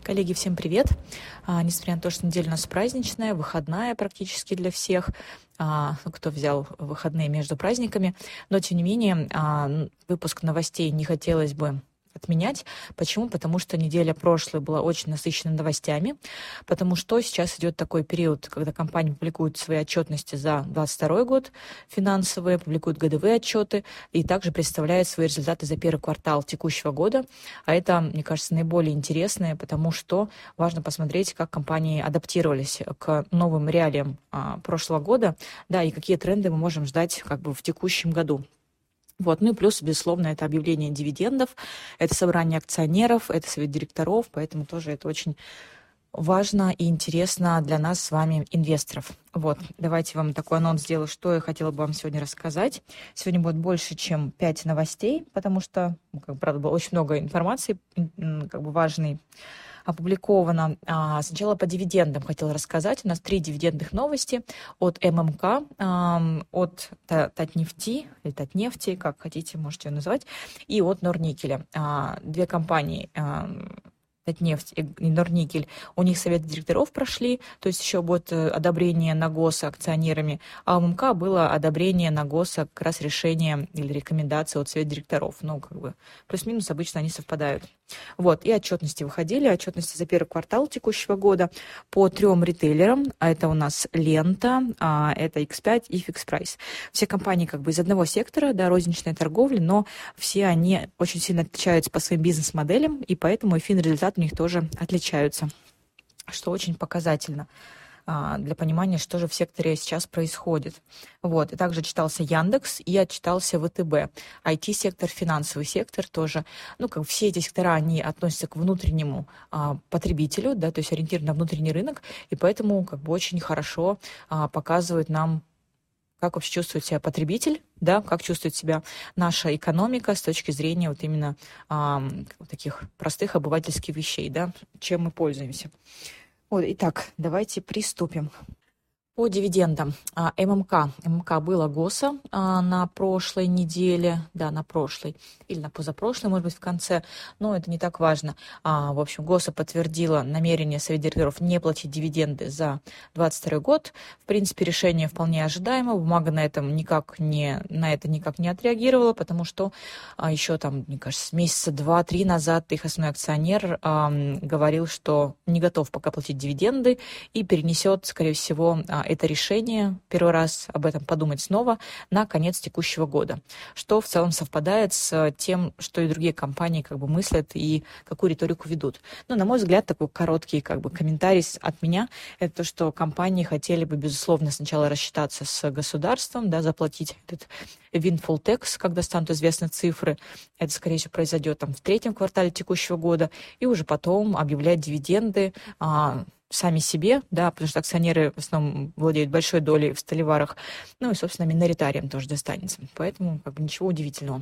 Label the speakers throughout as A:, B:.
A: Коллеги, всем привет! Несмотря на то, что неделя у нас праздничная, выходная практически для всех, кто взял выходные между праздниками, но тем не менее выпуск новостей не хотелось бы отменять. Почему? Потому что неделя прошлая была очень насыщена новостями, потому что сейчас идет такой период, когда компании публикуют свои отчетности за 2022 год финансовые, публикуют годовые отчеты и также представляют свои результаты за первый квартал текущего года. А это, мне кажется, наиболее интересное, потому что важно посмотреть, как компании адаптировались к новым реалиям прошлого года, да, и какие тренды мы можем ждать в текущем году. Ну и плюс, безусловно, это объявление дивидендов, это собрание акционеров, это совет директоров, поэтому тоже это очень важно и интересно для нас с вами, инвесторов. Давайте вам такой анонс сделаю, что я хотела бы вам сегодня рассказать. Сегодня будет больше, чем 5 новостей, потому что, правда, было очень много информации, важной, опубликовано. Сначала по дивидендам хотела рассказать. У нас 3 дивидендных новости от ММК, от Татнефти, или Татнефти, как хотите, можете ее называть, и от Норникеля. 2 компании, Татнефть и Норникель, у них совет директоров прошли, то есть еще будет одобрение на ГОС акционерами, а у ММК было одобрение на ГОС как раз решение или рекомендация от совета директоров. Плюс-минус обычно они совпадают. И отчетности выходили, отчетности за первый квартал текущего года по 3 ритейлерам, а это у нас Лента, это X5 и Fixprice. Все компании из одного сектора, да, розничной торговли, но все они очень сильно отличаются по своим бизнес-моделям, и поэтому и финрезультаты у них тоже отличаются, что очень показательно для понимания, что же в секторе сейчас происходит. И также читался Яндекс и отчитался ВТБ. IT-сектор, финансовый сектор тоже. Все эти сектора, они относятся к внутреннему потребителю, да, то есть ориентированы на внутренний рынок, и поэтому очень хорошо показывают нам, как вообще чувствует себя потребитель, да, как чувствует себя наша экономика с точки зрения именно таких простых обывательских вещей, да, чем мы пользуемся. Итак, давайте приступим. По дивидендам. ММК было ГОСа на прошлой неделе, да, на прошлой, или на позапрошлой, может быть, в конце, но это не так важно. В общем, ГОСа подтвердила намерение совета директоров не платить дивиденды за 2022 год. В принципе, решение вполне ожидаемо. Бумага на это никак не отреагировала, потому что еще мне кажется, месяца 2-3 назад их основной акционер говорил, что не готов пока платить дивиденды и перенесет, скорее всего, это решение, первый раз об этом подумать снова, на конец текущего года, что в целом совпадает с тем, что и другие компании мыслят и какую риторику ведут. На мой взгляд, такой короткий комментарий от меня, это то, что компании хотели бы, безусловно, сначала рассчитаться с государством, да, заплатить этот windfall tax, когда станут известны цифры. Это, скорее всего, произойдет в 3 квартале текущего года, и уже потом объявлять дивиденды сами себе, да, потому что акционеры в основном владеют большой долей в Столеварах, и, собственно, миноритариям тоже достанется. Поэтому ничего удивительного.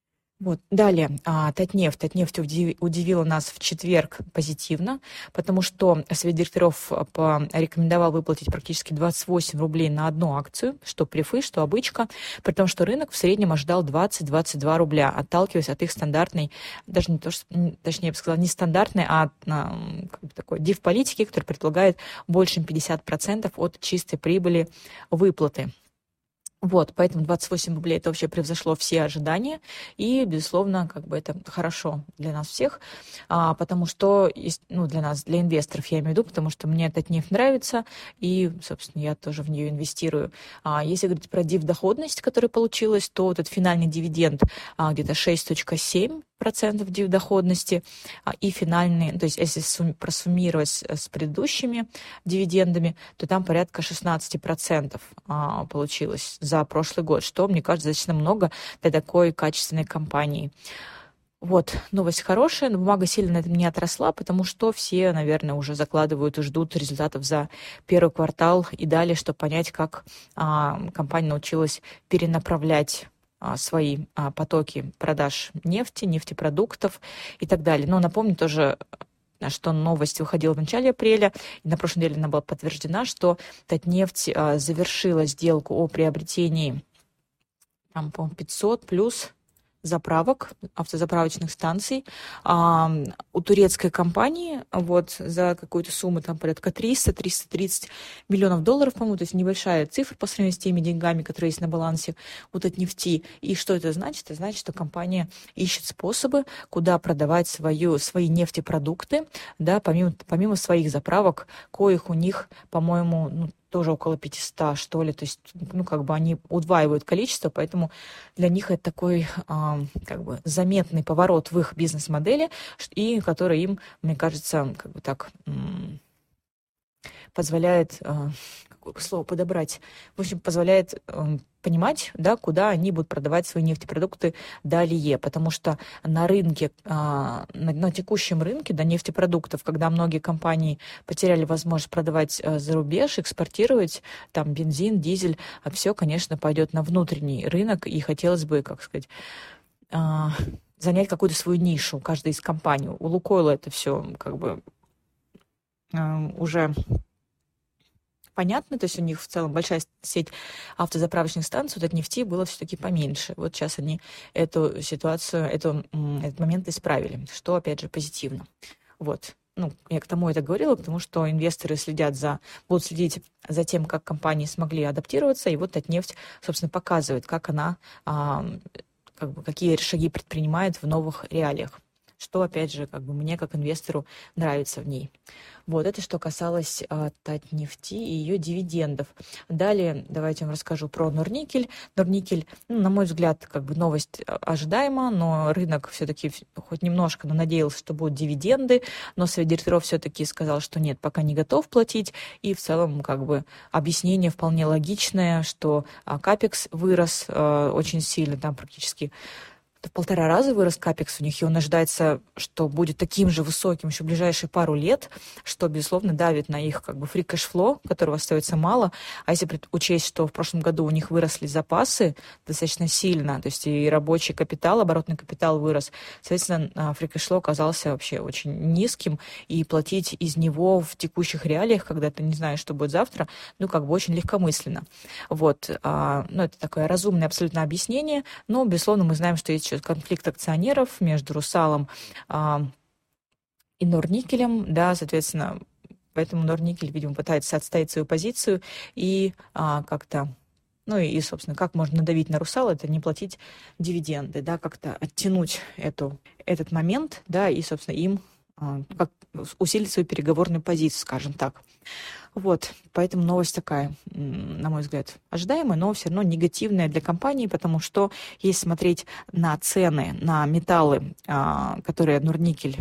A: Далее, Татнефть. Татнефть удивила нас в четверг позитивно, потому что совет директоров порекомендовал выплатить практически 28 рублей на одну акцию, что префы, что обычка, при том, что рынок в среднем ожидал 20-22 рубля, отталкиваясь от их стандартной, даже не то, что, точнее, я бы сказала, не стандартной, а такой див-политики, которая предполагает больше, чем 50% от чистой прибыли выплаты. Поэтому 28 рублей это вообще превзошло все ожидания, и, безусловно, это хорошо для нас всех, потому что, для нас, для инвесторов, я имею в виду, потому что мне эта нефть нравится, и, собственно, я тоже в нее инвестирую. Если говорить про див-доходность, которая получилась, то этот финальный дивиденд где-то 6,7% див-доходности, и финальный, то есть если просуммировать с предыдущими дивидендами, то там порядка 16% получилось за прошлый год, что, мне кажется, достаточно много для такой качественной компании. Новость хорошая, но бумага сильно на этом не отросла, потому что все, наверное, уже закладывают и ждут результатов за первый квартал и далее, чтобы понять, как компания научилась перенаправлять свои потоки продаж нефти, нефтепродуктов и так далее. Но напомню тоже, что новость выходила в начале апреля, и на прошлой неделе она была подтверждена, что Татнефть завершила сделку о приобретении, по-моему, 500 плюс заправок, автозаправочных станций. У турецкой компании вот за какую-то сумму, там порядка 300-330 миллионов долларов, по-моему, то есть небольшая цифра по сравнению с теми деньгами, которые есть на балансе у Татнефти. И что это значит? Это значит, что компания ищет способы, куда продавать свои нефтепродукты, да, помимо своих заправок, коих у них, по-моему, тоже около 500, что ли, то есть, как бы они удваивают количество, поэтому для них это такой, как бы, заметный поворот в их бизнес-модели, и который им, мне кажется, как бы так позволяет, какое бы слово подобрать, в общем, позволяет понимать, да, куда они будут продавать свои нефтепродукты далее, потому что на рынке, на текущем рынке, да, нефтепродуктов, когда многие компании потеряли возможность продавать за рубеж, экспортировать там бензин, дизель, все, конечно, пойдет на внутренний рынок, и хотелось бы, как сказать, занять какую-то свою нишу, каждой из компаний. У Лукойла это все как бы уже понятно, то есть у них в целом большая сеть автозаправочных станций, вот от нефти было все-таки поменьше. Вот сейчас они эту ситуацию, этот момент исправили, что, опять же, позитивно. Вот. Я к тому это говорила, потому что инвесторы будут следить за тем, как компании смогли адаптироваться, и вот Татнефть, собственно, показывает, как она, какие шаги предпринимает в новых реалиях, что, опять же, как бы мне, как инвестору, нравится в ней. Вот, это что касалось Татнефти и ее дивидендов. Далее давайте я вам расскажу про Норникель. Норникель, на мой взгляд, как бы новость ожидаема, но рынок все-таки хоть немножко, но надеялся, что будут дивиденды, но совет директоров все-таки сказал, что нет, пока не готов платить, и в целом как бы объяснение вполне логичное, что капекс вырос очень сильно, там практически в 1,5 раза вырос капекс у них, и он ожидается, что будет таким же высоким еще в ближайшие пару лет, что, безусловно, давит на их как бы free cash flow, которого остается мало. А если учесть, что в прошлом году у них выросли запасы достаточно сильно, то есть и рабочий капитал, оборотный капитал вырос, соответственно, free cash flow оказался вообще очень низким, и платить из него в текущих реалиях, когда ты не знаешь, что будет завтра, как бы очень легкомысленно. Вот. Это такое разумное абсолютно объяснение, но, безусловно, мы знаем, что есть конфликт акционеров между Русалом и Норникелем, да, соответственно, поэтому Норникель, видимо, пытается отстоять свою позицию и как-то, и, собственно, как можно надавить на Русала, это не платить дивиденды, да, как-то оттянуть этот момент, да, и, собственно, им как усилить свою переговорную позицию, скажем так. Вот, поэтому новость такая, на мой взгляд, ожидаемая, но все равно негативная для компании, потому что если смотреть на цены, на металлы, которые Норникель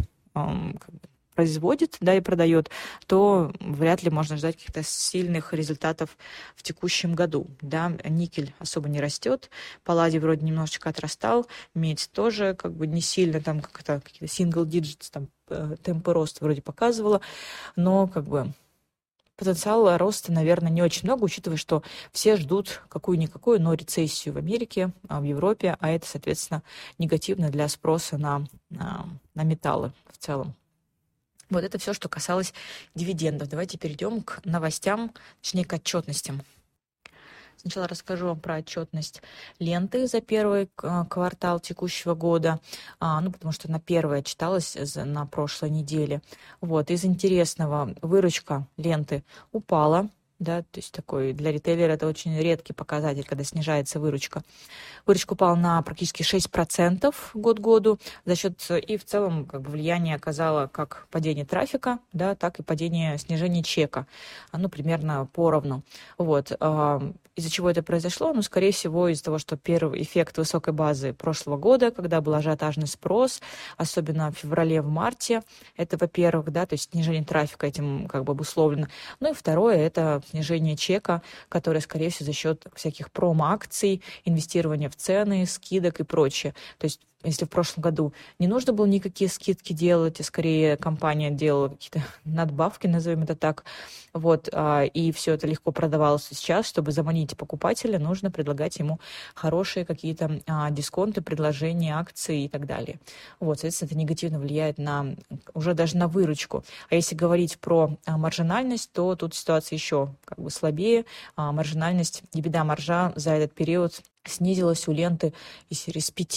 A: производит, да, и продает, то вряд ли можно ждать каких-то сильных результатов в текущем году, да. Никель особо не растет, палладий вроде немножечко отрастал, медь тоже как бы не сильно, там как-то какие-то single digits, там темпы роста вроде показывала, но как бы потенциала роста, наверное, не очень много, учитывая, что все ждут какую-никакую, но рецессию в Америке, в Европе, а это, соответственно, негативно для спроса на металлы в целом. Вот это все, что касалось дивидендов. Давайте перейдем к новостям, точнее, к отчетностям. Сначала расскажу вам про отчетность ленты за первый квартал текущего года, потому что она первая читалась на прошлой неделе. Вот, из интересного, выручка ленты упала, да, то есть такой для ритейлера это очень редкий показатель, когда снижается выручка. Выручка упала на практически 6% год к году за счет, и в целом как бы влияние оказало как падение трафика, да, так и снижение чека, примерно поровну. Вот. Из-за чего это произошло? Скорее всего, из-за того, что первый эффект высокой базы прошлого года, когда был ажиотажный спрос, особенно в феврале, в марте, это, во-первых, да, то есть снижение трафика этим как бы обусловлено. И второе, это снижение чека, которое, скорее всего, за счет всяких промо-акций, инвестирования в цены, скидок и прочее. То есть если в прошлом году не нужно было никакие скидки делать, и скорее компания делала какие-то надбавки, назовем это так, вот, и все это легко продавалось сейчас, чтобы заманить покупателя, нужно предлагать ему хорошие какие-то дисконты, предложения, акции и так далее. Вот, соответственно, это негативно влияет уже даже на выручку. А если говорить про маржинальность, то тут ситуация еще как бы слабее. Маржинальность, EBITDA-маржа за этот период снизилась у ленты из серии с 5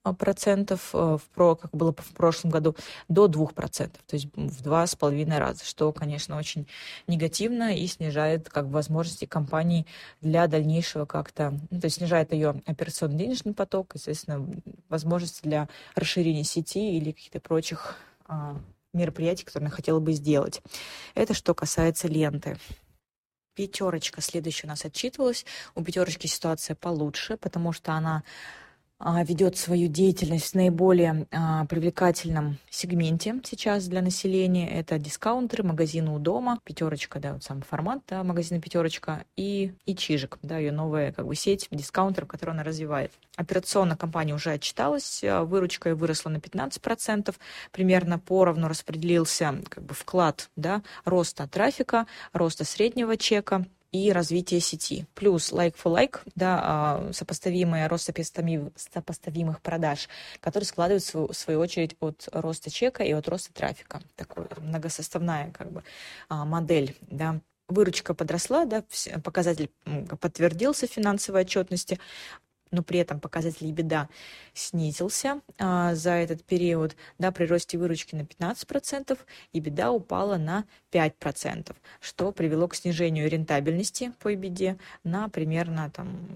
A: процентов, как было в прошлом году, до 2%, то есть в 2,5 раза, что, конечно, очень негативно и снижает возможности компании для дальнейшего то есть снижает ее операционно-денежный поток, естественно, возможности для расширения сети или каких-то прочих мероприятий, которые она хотела бы сделать. Это что касается ленты. Пятерочка следующая у нас отчитывалась. У пятерочки ситуация получше, потому что она ведет свою деятельность в наиболее привлекательном сегменте сейчас для населения. Это дискаунтеры, магазины у дома, пятерочка, да, вот сам формат, да, магазина пятерочка, и Чижик, да, ее новая сеть дискаунтеров, которую она развивает. Операционно компания уже отчиталась, выручка выросла на 15%, примерно поровну распределился вклад, да, роста трафика, роста среднего чека и развитие сети. Плюс like-for-like, да, сопоставимый рост сопоставимых продаж, который складывается, в свою очередь, от роста чека и от роста трафика. Такая многосоставная модель, да. Выручка подросла, да, показатель подтвердился в финансовой отчетности, но при этом показатель EBITDA снизился за этот период. Да, при росте выручки на 15%, EBITDA упала на 5%, что привело к снижению рентабельности по EBITDA на примерно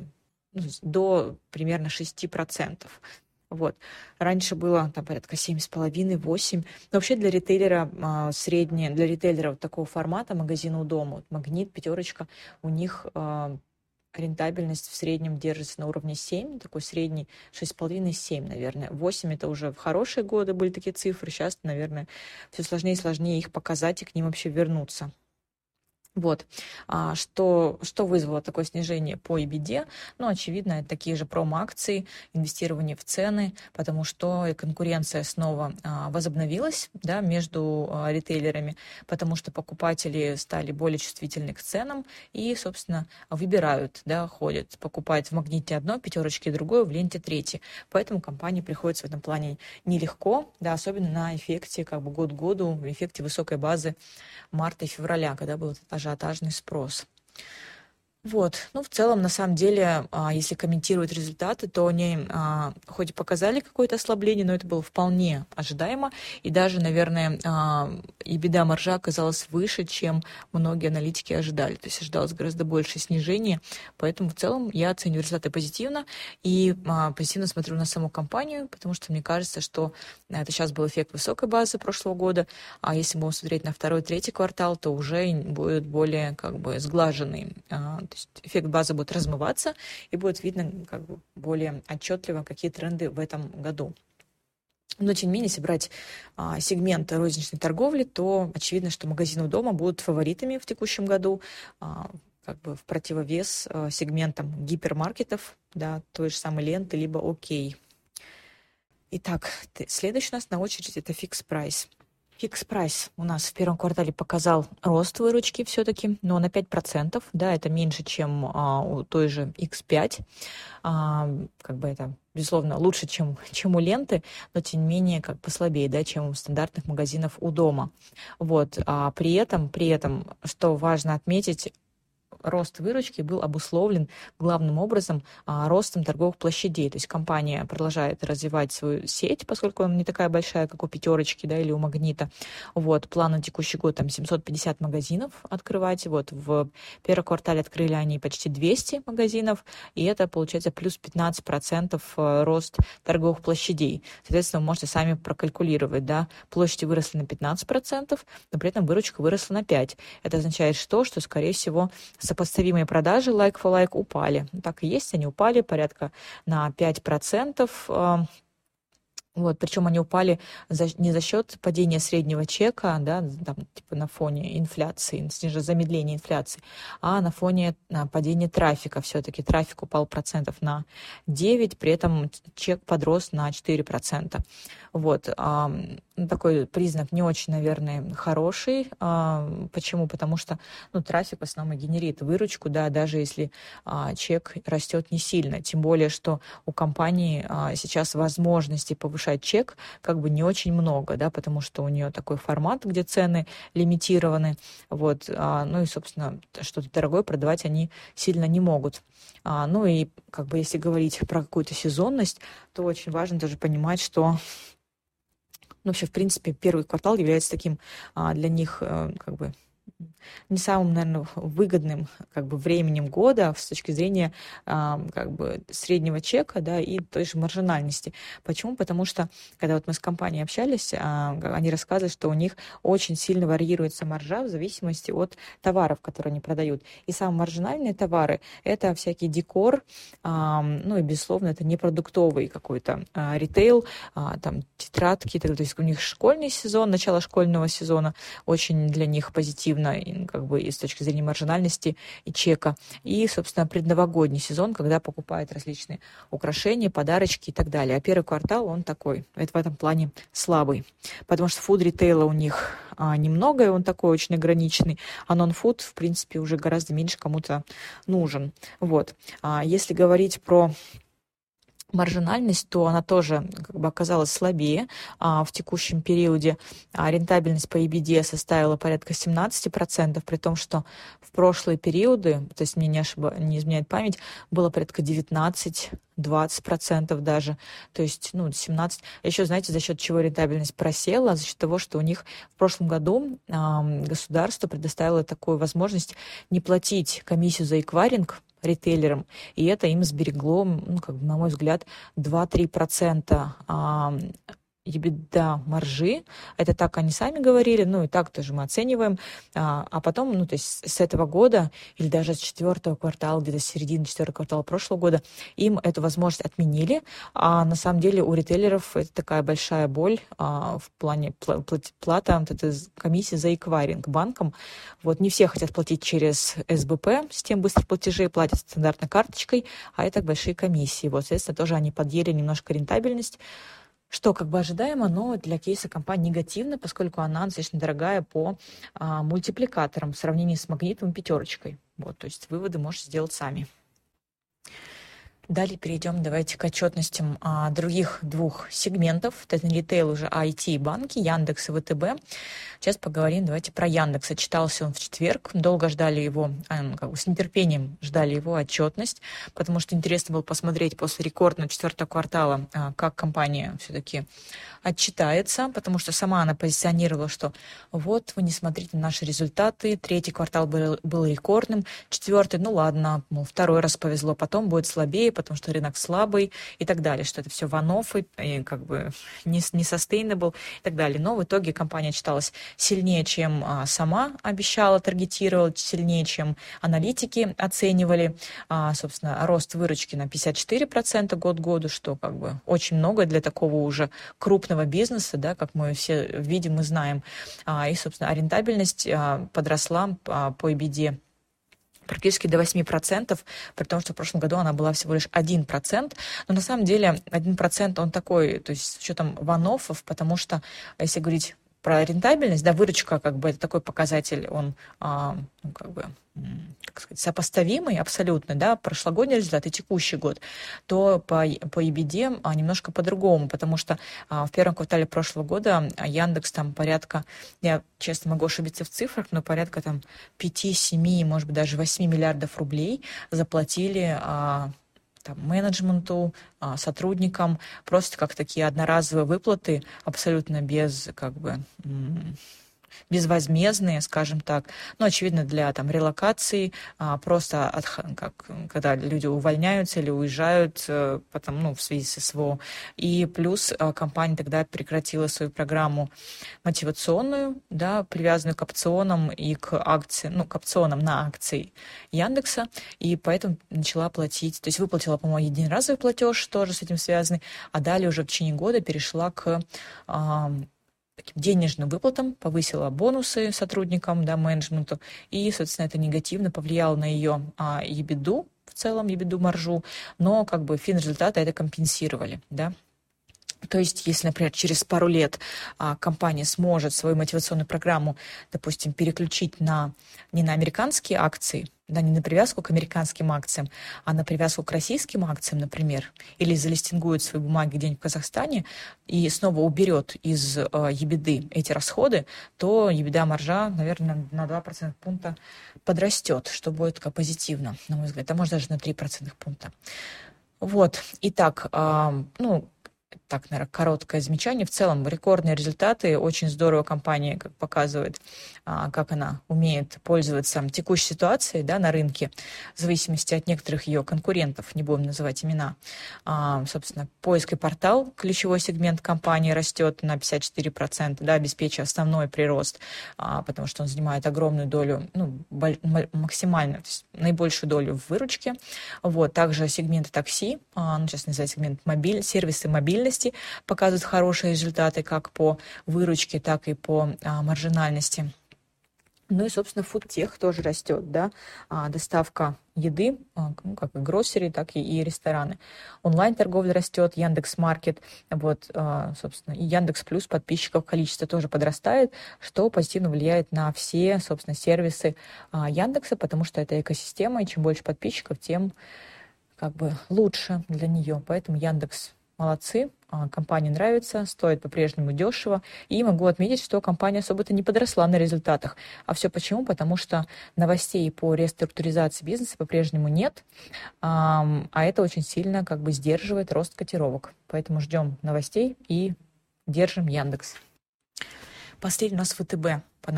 A: до примерно 6%. Вот. Раньше было порядка 7,5-8. Но вообще для ритейлера для ритейлера такого формата, магазина у дома, Магнит, Пятерочка, у них рентабельность в среднем держится на уровне 7, такой средний 6,5-7, наверное. 8 это уже в хорошие годы были такие цифры, сейчас, наверное, все сложнее и сложнее их показать и к ним вообще вернуться. Вот. Что вызвало такое снижение по EBITDA? Очевидно, это такие же промо-акции, инвестирование в цены, потому что конкуренция снова возобновилась, да, между ритейлерами, потому что покупатели стали более чувствительны к ценам и, собственно, выбирают, да, ходят, покупают в Магните одно, Пятерочке другое, в ленте третье. Поэтому компании приходится в этом плане нелегко, да, особенно на эффекте год к году, в эффекте высокой базы марта и февраля, когда был ажиотажный спрос. Вот. В целом, на самом деле, если комментировать результаты, то они хоть и показали какое-то ослабление, но это было вполне ожидаемо. И даже, наверное, EBITDA маржа оказалась выше, чем многие аналитики ожидали. То есть ожидалось гораздо большее снижение. Поэтому в целом я оцениваю результаты позитивно. И позитивно смотрю на саму компанию, потому что мне кажется, что это сейчас был эффект высокой базы прошлого года. А если будем смотреть на второй, третий квартал, то уже будет более сглаженный. То есть эффект базы будет размываться, и будет видно более отчетливо, какие тренды в этом году. Но, тем не менее, если брать сегмент розничной торговли, то очевидно, что магазины у дома будут фаворитами в текущем году, в противовес сегментам гипермаркетов, да, той же самой ленты, либо ОК. Итак, следующий у нас на очереди это Fix Price. Fix Price у нас в первом квартале показал рост выручки все-таки, но на 5%, да, это меньше, чем у той же X5. Это, безусловно, лучше, чем у ленты, но тем не менее послабее, да, чем у стандартных магазинов у дома. Вот. При этом, что важно отметить, рост выручки был обусловлен главным образом ростом торговых площадей. То есть компания продолжает развивать свою сеть, поскольку она не такая большая, как у Пятерочки, да, или у Магнита. Вот, план на текущий год 750 магазинов открывать. Вот, в первом квартале открыли они почти 200 магазинов, и это получается плюс 15% рост торговых площадей. Соответственно, вы можете сами прокалькулировать, да, площади выросли на 15%, но при этом выручка выросла на 5%. Это означает, что, скорее всего, сопоставимые продажи like-for-like упали. Так и есть, они упали порядка на 5%. Вот, причем они упали не за счет падения среднего чека, да, на фоне инфляции, замедления инфляции, а на фоне падения трафика. Все-таки трафик упал процентов на 9%, при этом чек подрос на 4%. Вот. такой признак не очень, наверное, хороший. Почему? Потому что трафик в основном генерит выручку, да, даже если чек растет не сильно. Тем более, что у компании сейчас возможностей повышать чек как бы не очень много, да, потому что у нее такой формат, где цены лимитированы. Вот. И, собственно, что-то дорогое продавать они сильно не могут. И как бы если говорить про какую-то сезонность, то очень важно тоже понимать, что вообще, в принципе, первый квартал является таким для них как бы не самым, наверное, выгодным как бы временем года с точки зрения как бы среднего чека, да, и той же маржинальности. Почему? Потому что, когда вот мы с компанией общались, они рассказывали, что у них очень сильно варьируется маржа в зависимости от товаров, которые они продают. И самые маржинальные товары — это всякий декор, и, безусловно, это не продуктовый какой-то ритейл, там, тетрадки, то есть у них школьный сезон, начало школьного сезона очень для них позитивно, как бы и с точки зрения маржинальности и чека. И, собственно, предновогодний сезон, когда покупают различные украшения, подарочки и так далее. А первый квартал, он такой, это в этом плане слабый. Потому что фуд-ритейла у них немного, и он такой очень ограниченный. А нон-фуд, в принципе, уже гораздо меньше кому-то нужен. Вот. Если говорить про маржинальность, то она тоже как бы оказалась слабее в текущем периоде. Рентабельность по EBITDA составила порядка 17%, при том, что в прошлые периоды, то есть мне не изменяет память, было порядка 19-20% даже, то есть 17%. Еще, знаете, за счет чего рентабельность просела? За счет того, что у них в прошлом году государство предоставило такую возможность не платить комиссию за эквайринг ритейлерам, и это им сберегло, на мой взгляд, 2-3% EBITDA маржи. Это так они сами говорили, и так тоже мы оцениваем. А потом, то есть с этого года, или даже с 4-го квартала, где-то с середины 4-го квартала прошлого года, им эту возможность отменили. А на самом деле у ритейлеров это такая большая боль в плане плата комиссии за эквайринг банкам. Вот не все хотят платить через СБП, систему быстрых платежей, платят стандартной карточкой, а это большие комиссии. Вот, соответственно, тоже они подъели немножко рентабельность, что как бы ожидаемо, но для кейса компании негативно, поскольку она достаточно дорогая по мультипликаторам в сравнении с Магнитом и Пятерочкой. Вот, то есть выводы можете сделать сами. Далее перейдем, давайте, к отчетностям других двух сегментов. Это ритейл уже IT и банки, Яндекс и ВТБ. Сейчас поговорим, давайте, про Яндекс. Отчитался он в четверг. Долго ждали его, с нетерпением ждали его отчетность, потому что интересно было посмотреть после рекордного 4-го квартала, как компания все-таки отчитается, потому что сама она позиционировала, что вот, вы не смотрите на наши результаты, 3-й квартал был рекордным, 4-й, ладно, второй раз повезло, потом будет слабее, потому что рынок слабый и так далее, что это все one-off и как бы не sustainable и так далее. Но в итоге компания отчиталась сильнее, чем сама обещала, таргетировала, сильнее, чем аналитики оценивали. Собственно, рост выручки на 54% год к году, что как бы очень много для такого уже крупного бизнеса, да, как мы все видим и знаем. И, собственно, рентабельность подросла по EBITDA практически до 8%, при том, что в прошлом году она была всего лишь 1%. Но на самом деле 1% он такой, то есть с учетом ван-оффов, потому что, если говорить про рентабельность, да, выручка, как бы, это такой показатель, он, как сказать, сопоставимый абсолютно, да, прошлогодний результат и текущий год, то по EBITDA немножко по-другому, потому что в первом квартале прошлого года Яндекс там порядка, я честно могу ошибиться в цифрах, но порядка там 5-7, может быть, даже 8 миллиардов рублей заплатили менеджменту, сотрудникам, просто как такие одноразовые выплаты, абсолютно безвозмездные, скажем так. Очевидно, для релокации, просто когда люди увольняются или уезжают в связи с СВО. И плюс компания тогда прекратила свою программу мотивационную, да, привязанную к опционам и к акциям, к опционам на акции Яндекса, и поэтому начала платить, то есть выплатила, по-моему, единоразовый платеж, тоже с этим связанный, а далее уже в течение года перешла к таким денежным выплатам, повысила бонусы сотрудникам, да, менеджменту, и, собственно, это негативно повлияло на ее EBITDA, в целом EBITDA маржу, но как бы финрезультаты это компенсировали, да. То есть, если, например, через пару лет компания сможет свою мотивационную программу, допустим, переключить не на американские акции, да, не на привязку к американским акциям, а на привязку к российским акциям, например, или залистингует свои бумаги где-нибудь в Казахстане и снова уберет из EBITDA эти расходы, то EBITDA-маржа, наверное, на 2% пункта подрастет, что будет позитивно, на мой взгляд, а может даже на 3% пункта. Вот, итак, так, наверное, короткое замечание. В целом, рекордные результаты. Очень здорово компания как показывает, как она умеет пользоваться текущей ситуацией, да, на рынке, в зависимости от некоторых ее конкурентов, не будем называть имена. Собственно, поиск и портал, ключевой сегмент компании, растет на 54%, да, обеспечивая основной прирост, потому что он занимает огромную долю, максимальную, то есть наибольшую долю в выручке. Вот. Также сегменты такси, сейчас называется сегмент сервисы мобильности, показывают хорошие результаты как по выручке, так и по маржинальности. Ну и, собственно, фудтех тоже растет, да, доставка еды, как и гроссери, так и рестораны. Онлайн-торговля растет, Яндекс.Маркет, вот, собственно, и Яндекс Плюс подписчиков количество тоже подрастает, что позитивно влияет на все, собственно, сервисы Яндекса, потому что это экосистема, и чем больше подписчиков, тем лучше для нее. Поэтому Яндекс молодцы, компании нравится, стоит по-прежнему дешево. И могу отметить, что компания особо-то не подросла на результатах. А все почему? Потому что новостей по реструктуризации бизнеса по-прежнему нет, а это очень сильно сдерживает рост котировок. Поэтому ждем новостей и держим Яндекс. Последний у нас ВТБ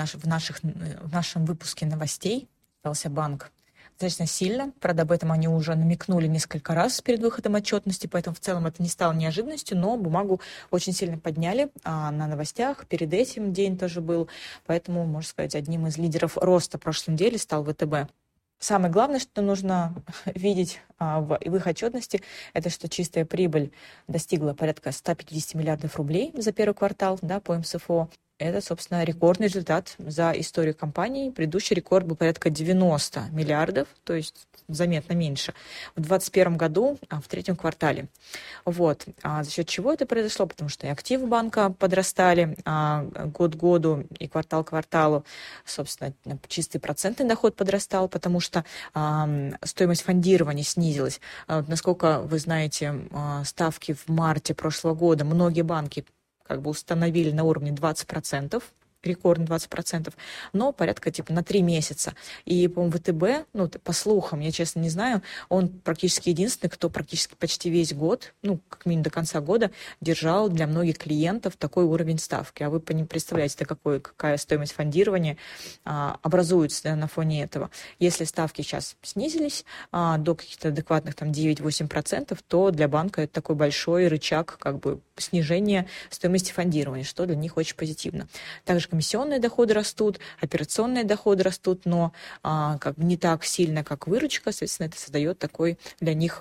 A: в нашем выпуске новостей. Остался банк достаточно сильно. Правда, об этом они уже намекнули несколько раз перед выходом отчетности, поэтому в целом это не стало неожиданностью, но бумагу очень сильно подняли на новостях. Перед этим день тоже был, поэтому, можно сказать, одним из лидеров роста в прошлой неделе стал ВТБ. Самое главное, что нужно видеть в их отчетности, это что чистая прибыль достигла порядка 150 миллиардов рублей за первый квартал, да, по МСФО. Это, собственно, рекордный результат за историю компании. Предыдущий рекорд был порядка 90 миллиардов, то есть заметно меньше, в 2021 году, в третьем квартале. Вот. За счет чего это произошло? Потому что и активы банка подрастали год к году и квартал к кварталу. Собственно, чистый процентный доход подрастал, потому что стоимость фондирования снизилась. Насколько вы знаете, ставки в марте прошлого года многие банки установили на уровне 20%, рекордно 20%, но порядка на 3 месяца. И, по-моему, ВТБ, по слухам, я честно не знаю, он практически единственный, кто практически почти весь год, как минимум до конца года, держал для многих клиентов такой уровень ставки. А вы представляете, какая стоимость фондирования образуется на фоне этого. Если ставки сейчас снизились до каких-то адекватных 9-8%, то для банка это такой большой рычаг снижения стоимости фондирования, что для них очень позитивно. Также комиссионные доходы растут, операционные доходы растут, но не так сильно, как выручка, соответственно, это создает такой для них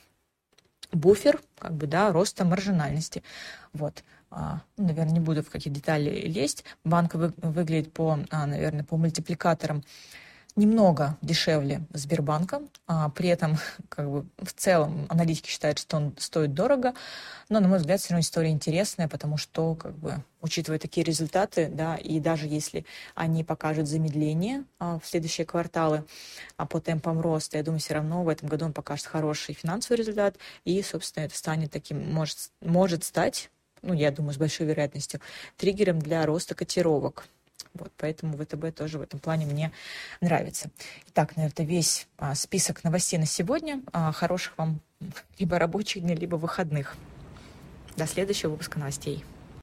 A: буфер, роста маржинальности. Вот. Наверное, не буду в какие детали лезть. Банк выглядит по мультипликаторам немного дешевле Сбербанка, при этом в целом аналитики считают, что он стоит дорого, но, на мой взгляд, все равно история интересная, потому что, учитывая такие результаты, да, и даже если они покажут замедление в следующие кварталы по темпам роста, я думаю, все равно в этом году он покажет хороший финансовый результат, и, собственно, это станет таким, может стать, я думаю, с большой вероятностью, триггером для роста котировок. Вот, поэтому ВТБ тоже в этом плане мне нравится. Итак, наверное, это весь список новостей на сегодня. Хороших вам либо рабочих дней, либо выходных. До следующего выпуска новостей.